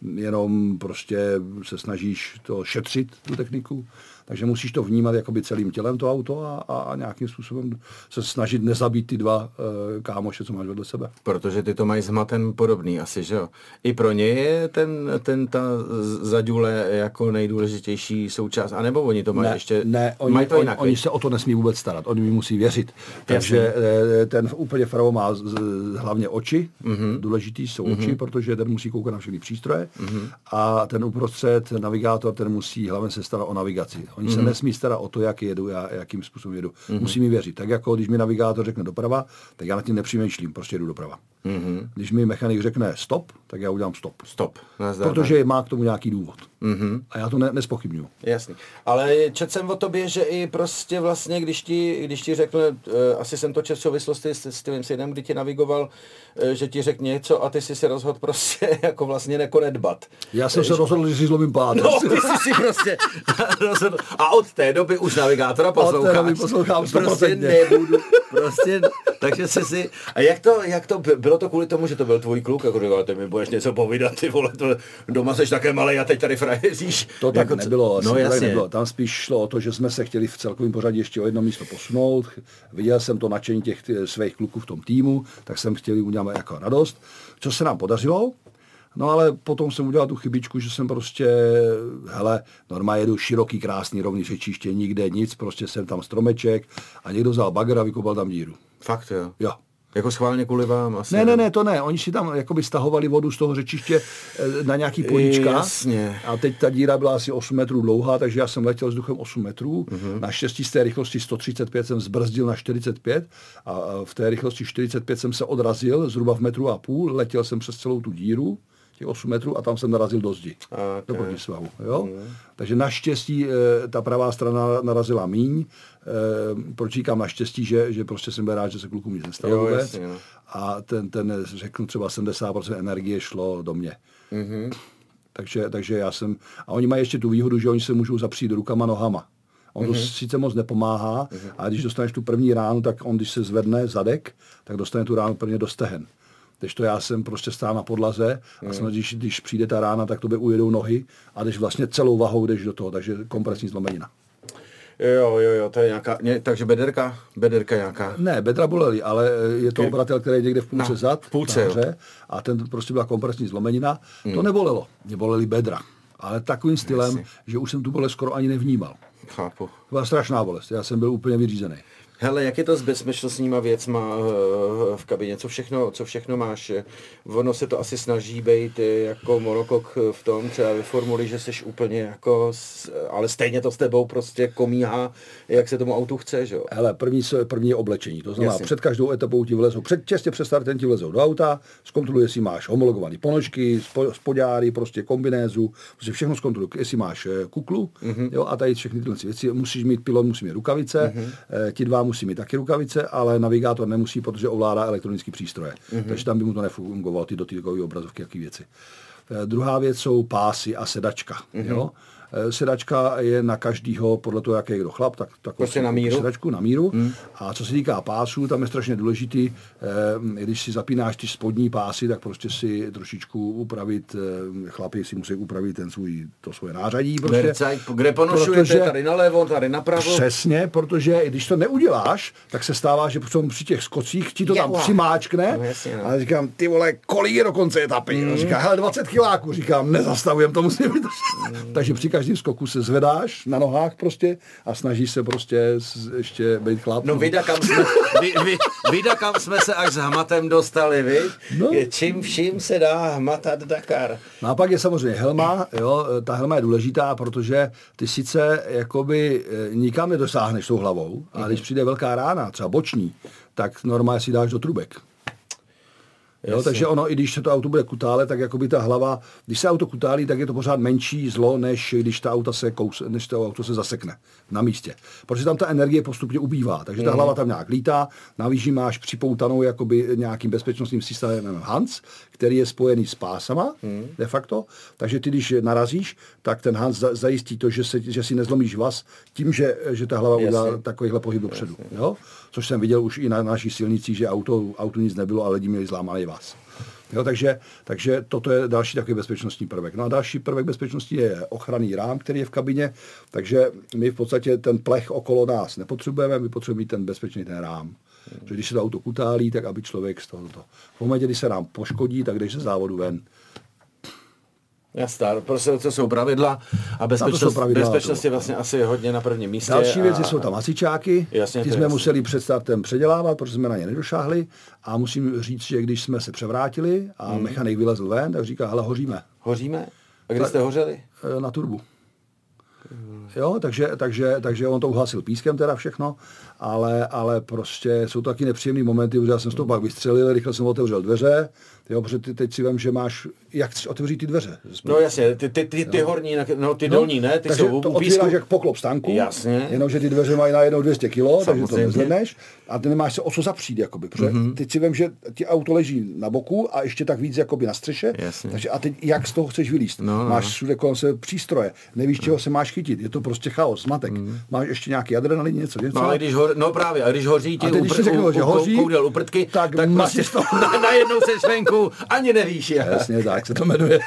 jenom prostě se snažíš to šetřit, tu techniku. Takže musíš to vnímat jakoby celým tělem to auto a, a, a nějakým způsobem se snažit nezabít ty dva e, kámoše, co máš vedle sebe. Protože ty to mají s hmatem podobný asi, že jo? I pro ně je ten, ten ta zadule jako nejdůležitější součást, anebo oni to mají ne, ještě... Ne, oni, mají to jinak, oni, oni se o to nesmí vůbec starat, oni mi musí věřit. Takže e, ten úplně vpravo má z, z, hlavně oči, mm-hmm. důležitý jsou mm-hmm. oči, protože ten musí koukat na všechny přístroje mm-hmm. a ten uprostřed navigátor, ten musí hlavně se starat o navigaci. Oni mm-hmm. se nesmí starat o to, jak jedu, já, jakým způsobem jedu. Mm-hmm. Musí mi věřit. Tak jako když mi navigátor řekne doprava, tak já na tím nepřemýšlím, prostě jedu doprava. Mm-hmm. Když mi mechanik řekne stop, tak já udělám stop. Stop. Nazdar, protože má k tomu nějaký důvod. Mm-hmm. A já to ne, nespochybnuju. Jasný. Ale četl jsem o tobě, že i prostě vlastně, když ti, když ti řekl, uh, asi jsem to četl v souvislosti s, s tím synem, kdy ti navigoval, uh, že ti řekl něco a ty jsi se rozhodl prostě jako vlastně nekonedbat. Já jsem uh, se rozhodl, že si zlomím pád. No, ty jsi si prostě rozhodl. A od té doby už navigátora posloucháš. Od té doby poslouchám sto procent. Prostě nebudu, prostě, takže jsi si, a jak to, jak to, bylo to kvůli tomu, že to byl tvůj kluk, jako říkal, ty mi budeš něco povídat, ty vole, to, doma seš také malej a teď tady frajeříš. To tak jako nebylo, no, tak nebylo. Tam spíš šlo o to, že jsme se chtěli v celkovém pořadí ještě o jedno místo posunout. Viděl jsem to nadšení těch svých kluků v tom týmu, tak jsem chtěl udělat jako radost, co se nám podařilo. No ale potom jsem udělal tu chybičku, že jsem prostě, hele, normálně jedu široký, krásný, rovný řečiště, nikde nic, prostě jsem tam stromeček a někdo vzal bagr a vykopal tam díru. Fakt jo? Jo. Jako schválně kvůli vám asi. Ne, ne, ne, to ne. Oni si tam jakoby stahovali vodu z toho řečiště na nějaký políčka. Jasně. A teď ta díra byla asi osm metrů dlouhá, takže já jsem letěl vzduchem osm metrů. Uh-huh. Naštěstí z té rychlosti sto třicet pět jsem zbrzdil na čtyřicet pět a v té rychlosti čtyřicet pět jsem se odrazil zhruba v metru a půl. Letěl jsem přes celou tu díru, těch osm metrů a tam jsem narazil do zdi. Okay. Do protisvahu. Jo? Uh-huh. Takže naštěstí ta pravá strana narazila míň. Proč říkám naštěstí, že, že prostě jsem byl rád, že se klukům nic nestalo vůbec. Jasně, no. A ten, ten, řeknu třeba sedmdesát procent energie šlo do mě. Mm-hmm. Takže, takže já jsem, a oni mají ještě tu výhodu, že oni se můžou zapřít rukama, nohama. On mm-hmm. to sice moc nepomáhá, mm-hmm. ale když dostaneš tu první ránu, tak on, když se zvedne zadek, tak dostane tu ránu prvně do stehen. Když to já jsem prostě stál na podlaze a mm. když, když přijde ta rána, tak tobě ujedou nohy a jdeš vlastně celou vahou jdeš do toho, takže kompresní zlomenina. Jo, jo, jo, to je nějaká, ně, takže bederka, bederka nějaká. Ne, bedra bolely, ale je to obratel, který je někde v půlce no, zad, v půlce, nahoře, a ten prostě byla kompresní zlomenina. Mm. To nebolelo, mě bolely bedra, ale takovým stylem, Jasně. že už jsem tu bolest skoro ani nevnímal. Chápu. To byla strašná bolest, já jsem byl úplně vyřízený. Hele, jak je to s bezpečnostníma věcma v kabině? Co všechno, co všechno máš? Ono se to asi snaží být jako monokok v tom, třeba ve formuli, že jsi úplně jako, ale stejně to s tebou prostě komíhá, jak se tomu autu chce, že jo? Hele, první, první je oblečení, to znamená, Jasně. před každou etapou ti vlezou, před, těsně před startem ti vlezou do auta, zkontroluje, jestli máš homologované ponožky, spo, spodňáry, prostě kombinézu, prostě všechno zkontroluje, jestli máš kuklu, mm-hmm. jo, a tady všechny tyhle věci, musíš mít pilot, musí mít rukavice, mm-hmm. ti dva musí mít taky rukavice, ale navigátor nemusí, protože ovládá elektronické přístroje. Mm-hmm. Takže tam by mu to nefungovalo, ty dotykové obrazovky, jaký věci. E, druhá věc jsou pásy a sedačka. Mm-hmm. Jo? E, sedačka je na každýho, podle toho, jaký je kdo chlap, tak takovou prostě na míru. sedačku na míru. Mm. A co se týká pásů, tam je strašně důležitý, e, když si zapínáš ty spodní pásy, tak prostě si trošičku upravit, e, chlapi si musí upravit ten svůj, to svoje nářadí. Prostě, Vercaj, kde ponošujete, protože, tady nalevo, tady napravo. Přesně, protože když to neuděláš, tak se stává, že při těch skocích ti to tam Jela. přimáčkne. No, jasně, no. A říkám, ty vole, kolik je do konce etapy? Mm. Říká, hele, dvacet kiláků. Říkám, nezastavujem, to musím být. Mm. Takže při každém skoku se zvedáš na nohách prostě a snažíš se prostě ještě být chlap. No vida, kam jsme, vy, vy, vida, kam jsme se až s hmatem dostali, viď? No. Čím vším se dá hmatat Dakar. No a pak je samozřejmě helma, jo, ta helma je důležitá, protože ty sice jakoby nikam nedosáhneš tou hlavou, ale mm-hmm. když přijde velká rána, třeba boční, tak normálně si dáš do trubek. Jo, takže ono, i když se to auto bude kutále, tak jakoby ta hlava, když se auto kutálí, tak je to pořád menší zlo, než když ta auto se kous, než to auto se zasekne na místě. Protože tam ta energie postupně ubývá, takže ta mm. hlava tam nějak lítá, navíc máš připoutanou jakoby nějakým bezpečnostním systémem Hans, který je spojený s pásama, mm. de facto, takže ty, když narazíš, tak ten Hans zajistí to, že, se, že si nezlomíš vaz tím, že, že ta hlava udělá takovýhle pohyb dopředu. Jo? Což jsem viděl už i na naší silnici, že auto, auto nic nebylo, ale lidi měli zlámaný vás. Jo, takže, takže toto je další takový bezpečnostní prvek. No a další prvek bezpečnosti je ochranný rám, který je v kabině, takže my v podstatě ten plech okolo nás nepotřebujeme, my potřebujeme mít ten bezpečný ten rám. Protože když se to auto kutálí, tak aby člověk z tohoto. V momentě, kdy se rám poškodí, tak jdeš ze závodu ven. Jasná, prostě to jsou pravidla a bezpečnost, pravidla, bezpečnost je vlastně asi hodně na prvním místě. Další a... věci jsou tam hasičáky, jasně, ty jsme jasně. museli před startem předělávat, protože jsme na ně nedošáhli a musím říct, že když jsme se převrátili a hmm. mechanik vylezl ven, tak říká, hele, hoříme. Hoříme? A kde jste hořeli? Na turbu. Jo, takže, takže, takže on to uhasil pískem teda všechno, ale, ale prostě jsou to taky nepříjemný momenty, protože já jsem z toho pak vystřelil, rychle jsem otevřel dveře, jo, protože ty teď si vím, že máš, jak chceš otevřít ty dveře. No jasně, ty, ty, ty, ty horní, no ty no, dolní, ne? Ty takže jsou to otvíráš jak poklop stanku, jasně. Jenomže ty dveře mají najednou dvě stě kilo, takže to nezvedneš a ty nemáš se o co zapřít, jakoby, protože mm-hmm. teď si vím, že ti auto leží na boku a ještě tak víc jakoby na střeše, jasně. takže a teď jak z toho chceš vylízt? No, no. Máš všude kolem se přístroje, nevíš, čeho se máš chytit, je to prostě chaos, zmatek. Mm. Máš ještě nějaký adrenalin, něco, něco. No, ale když ho, no právě, a když hoří ti upr, řeknu, že hoří, koudel uprtky, tak, tak prostě na, najednou seš venku, ani nevíš. Je. Jasně, tak se to jmenuje.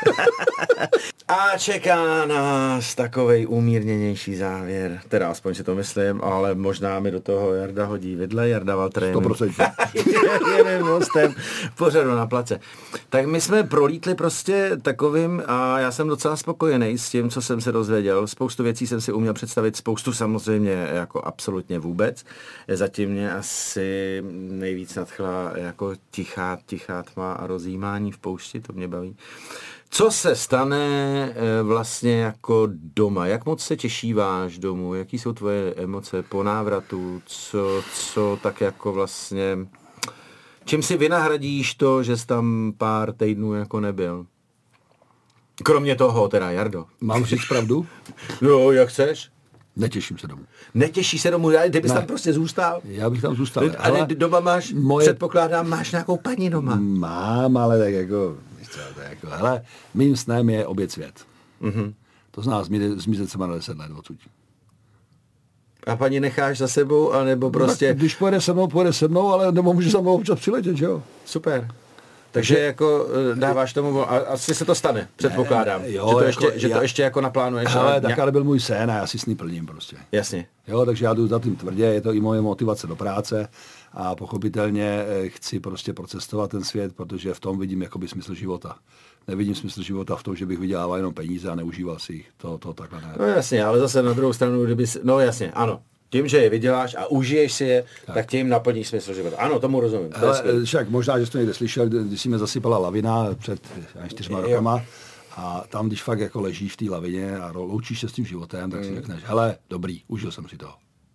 A čeká nás takovej umírněnější závěr, teda aspoň si to myslím, ale možná mi do toho Jarda hodí vidle, Jarda Valtrem. sto procent. Jedným mostem pořadu na place. Tak my jsme prolítli prostě takovým a já jsem docela spokojený s tím, co jsem se dozvěděl. Spoustu věcí jsem si uměl představit, spoustu samozřejmě jako absolutně vůbec. Zatím mě asi nejvíc nadchla jako tichá, tichá tma a rozjímání v poušti, to mě baví. Co se stane vlastně jako doma? Jak moc se těšíváš domů? Jaký jsou tvoje emoce po návratu? Co, co tak jako vlastně... Čím si vynahradíš to, že jsi tam pár týdnů jako nebyl? Kromě toho teda, Jardo. Mám říct pravdu? No, jak chceš? Netěším se domů. Netěšíš se domů? Ty bys ne. tam prostě zůstal? Já bych tam zůstal. Ale, ale doma máš, moje... předpokládám, máš nějakou paní doma. Mám, ale tak jako... To jako hele, mým snem je obět svět. Mm-hmm. To znamená zmizet se na deset let odsud. A paní necháš za sebou, anebo prostě... No, tak, když pojede se mnou, pojede se mnou, ale nebo může za mnou občas přiletět, že jo? Super. Takže, Takže jako dáváš tomu, a asi se to stane, předpokládám. Ne, jo, že, to jako, ještě, že já, to ještě jako naplánuješ. Ale takhle byl můj sen a já si s ní plním prostě. Jasně. Jo, takže já jdu za tím tvrdě, je to i moje motivace do práce a pochopitelně chci prostě procestovat ten svět, protože v tom vidím jakoby smysl života. Nevidím smysl života v tom, že bych vydělával jenom peníze a neužíval si jich. To, to takhle ne. No jasně, ale zase na druhou stranu, kdyby si, no jasně, ano. Tím, že je vyděláš a užiješ si je, tak, tak tím naplníš smysl života. Ano, tomu rozumím. Ale však možná, že jsi to někde slyšel, když si mě zasypala lavina před čtyřma rokama a tam, když fakt jako ležíš v té lavině a loučíš se s tím životem, tak si řekneš, hele, dobrý, užil jsem si to.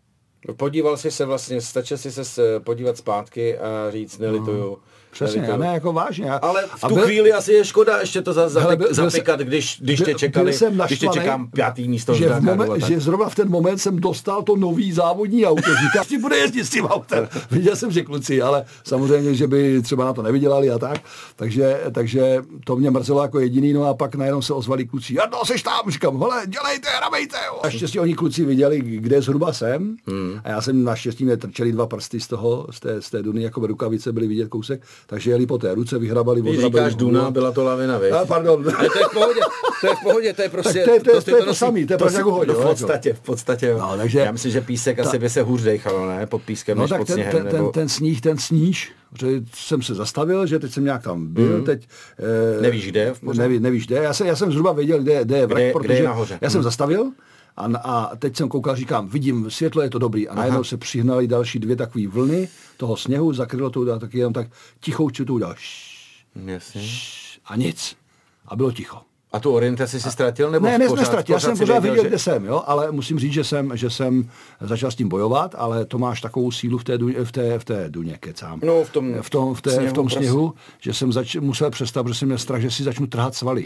Podíval jsi se vlastně, stačil si se podívat zpátky a říct, nelituju. No. Přesně, já ne, jako vážně. Ale v tu byl, chvíli asi je škoda ještě to za, zapik, byl, zapikat, jsem, když, když tě čekali, když tě čekám pátý místo. Že, v moment, že zrovna v ten moment jsem dostal to nový závodní auto. Říká, že bude jezdit s tím autem. Viděl jsem, že kluci, ale samozřejmě, že by třeba na to nevydělali a tak. Takže, takže to mě mrzelo jako jediný, no a pak najednou se ozvali kluci. Já to seš tam, říkám, hele, dělejte, hrabejte. Naštěstí oni kluci viděli, kde zhruba jsem. Hmm. A já jsem naštěstí mě trčeli dva prsty z toho, z té, z té duny, jako v rukavice byli vidět kousek. Takže jeli po té ruce, vyhrabali, Když říkáš Duna, byla to lavina, víš? A pardon. Ale to je v pohodě, to je v pohodě, to je prostě... Tak to je to, to, to, to, to, to samý, to je prostě jako hodně. V podstatě, v podstatě, jo. No, takže, já myslím, že písek ta, asi by se hůř dejchalo, ne? Pod pískem, no, než tak pod ten, sněhem, ten, nebo... ten, ten sníh, ten sníž, že jsem se zastavil, že teď jsem nějak tam byl, mm. teď... Eh, nevíš kde? Neví, nevíš kde, já jsem, já jsem zhruba věděl, kde, kde je vrch, kde, protože kde je nahoře? já jsem hmm. zastavil a, a teď jsem koukal, říkám, vidím, světlo je to dobrý a najednou se přihnaly další dvě takové vlny toho sněhu, zakrylo to udělal taky jenom tak tichoučku to udělal. Jasně. A nic. A bylo ticho. A tu orientaci si ztratil? Nebo ne, ne, nestratil. Já jsem pořád viděl, že... kde jsem, jo, ale musím říct, že jsem, že jsem začal s tím bojovat, ale to máš takovou sílu v té, v té, v té duně, kecám. No, v tom, v tom, v té, sněhu, v tom sněhu, že jsem zač- musel přestat, protože jsem měl strach, že si začnu trhat svaly.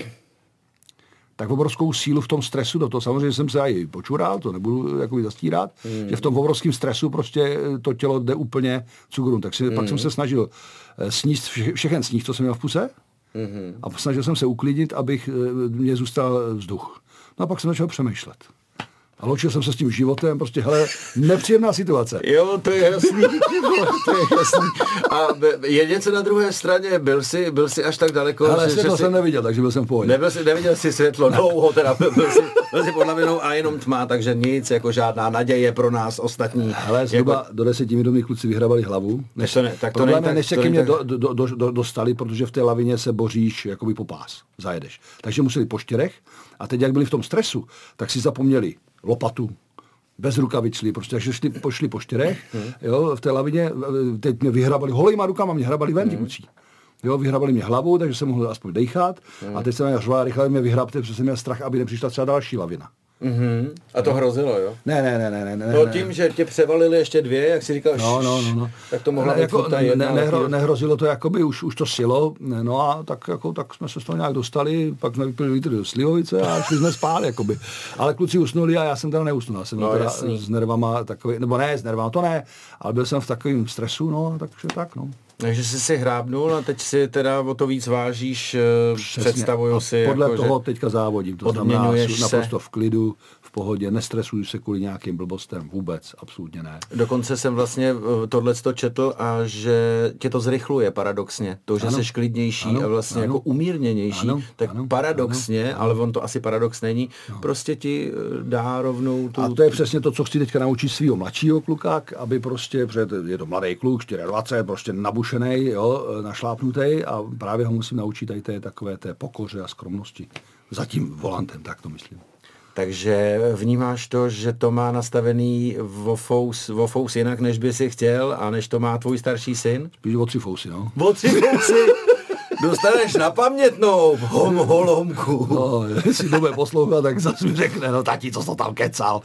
Tak obrovskou sílu v tom stresu do toho. Samozřejmě jsem se i počural, to nebudu jakoby zastírat, hmm. že v tom obrovském stresu prostě to tělo jde úplně cukrum. Tak si, hmm. pak jsem se snažil sníst vše, všechen sníh, co jsem měl v puse, mm-hmm. a snažil jsem se uklidnit, abych mě zůstal vzduch. No a pak jsem začal přemýšlet. A loučil jsem se s tím životem, prostě, hele, nepříjemná situace. Jo, to je jasný, to je jasný. A je něco na druhé straně, byl jsi, byl jsi až tak daleko? Ale světlo jsem neviděl, takže byl jsem v pohodě. Nebyl jsi, neviděl jsi světlo dlouho, teda byl jsi, byl jsi pod lavinou a jenom tma, takže nic, jako žádná naděje pro nás ostatní. Ale zhruba jako... do deseti minut mi kluci vyhrabali hlavu. Než, to ne, tak to problém je, než se ke mně do, do, do, do, dostali, protože v té lavině se boříš jakoby po pás, zajedeš. Takže museli po štěrech a teď, jak byli v tom stresu, tak si zapomněli lopatu, bez rukavic šli, prostě takže šli, pošli po čtyřech, jo, v té lavině, teď mě vyhrabali, holejma rukama mě hrabali ven, ty kucí. Jo, vyhrabali mě hlavu, takže jsem mohl aspoň dejchat a teď jsem mě řval, rychle mě vyhrabte, protože jsem měl strach, aby nepřišla třeba další lavina. Mm-hmm. A to hrozilo, jo? Ne, ne, ne, ne, ne. No tím, že tě převalili ještě dvě, jak jsi říkal, no, no, no, no. tak to mohla ne, být jako, ta jedna. Ne, nehro, nehrozilo to, jakoby už, už to silo, no a tak, jako, tak jsme se z toho nějak dostali, pak jsme vypili litr do slivovice a šli jsme spát, jakoby. Ale kluci usnuli a já jsem teda neusnul, já jsem no, teda s nervama takový, nebo ne, s nervama to ne, ale byl jsem v takovém stresu, no, takže tak, no. Takže jsi si hrábnul a teď si teda o to víc vážíš, přesně. Představuju si. Podle jako, toho teďka závodím, to znamená naprosto v klidu, v pohodě, nestresuju se kvůli nějakým blbostem, vůbec, absolutně ne. Dokonce jsem vlastně tohleto četl a že tě to zrychluje paradoxně, to, že ano. Jsi klidnější ano. a vlastně ano. jako umírněnější, ano. tak ano. paradoxně, ano. ale on to asi paradox není, ano. prostě ti dá rovnou tu... A to je přesně to, co chci teďka naučit svýho mladšího kluka, aby prostě, protože je to mladý kluk, dvacet čtyři, prostě nabušenej, jo, našlápnutej a právě ho musím naučit tady té takové té pokoře a skromnosti. Za tím volantem, tak to myslím. Takže vnímáš to, že to má nastavený vo fous, vo fous jinak, než by si chtěl a než to má tvůj starší syn? Spíš o tři fousy, no. O tři fousy? Dostaneš na pamětnou, hom, holomku. No, jestli to bude poslouchat, tak zase mi řekne, no tati, co jsi to tam kecal.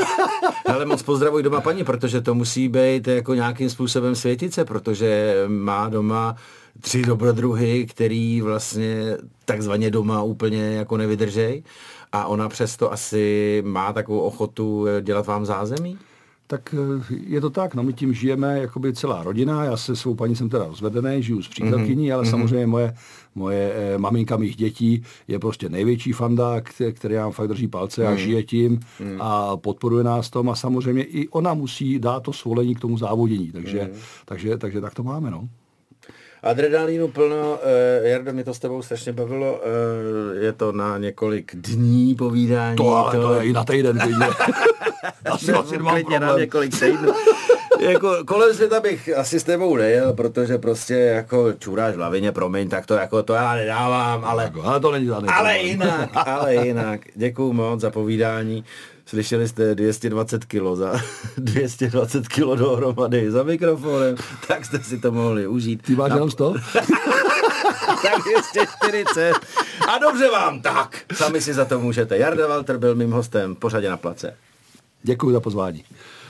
Ale moc pozdravuj doma paní, protože to musí být jako nějakým způsobem světice, protože má doma tři dobrodruhy, který vlastně takzvaně doma úplně jako nevydržej a ona přesto asi má takovou ochotu dělat vám zázemí? Tak je to tak, no my tím žijeme jakoby celá rodina, já se svou paní jsem teda rozvedený, žiju s přítelkyní, mm-hmm. ale mm-hmm. samozřejmě moje, moje eh, maminka mých dětí je prostě největší fanda, který nám fakt drží palce mm-hmm. a žije tím mm-hmm. a podporuje nás tom a samozřejmě i ona musí dát to svolení k tomu závodění, takže, mm-hmm. takže, takže tak to máme, no. Adrenalínu plno, uh, Jardo, mě to s tebou strašně bavilo, uh, je to na několik dní povídání. To ale to, to je i na týden, asi, asi nemám problém. Na několik týdnů. Jako, kolem světa bych asi s tebou nejel, protože prostě jako čuráš v lavině, promiň, tak to jako to já nedávám, ale, ale to není žádný ale jinak, ale jinak. Děkuju moc za povídání. Slyšeli jste dvě stě dvacet kilo za dvě stě dvacet kilo dohromady za mikrofonem, tak jste si to mohli užít. Ty máš jenom sto? Tak dvě stě čtyřicet. A dobře vám tak. Sami si za to můžete. Jarda Walter byl mým hostem v Pořadě na place. Děkuji za pozvání.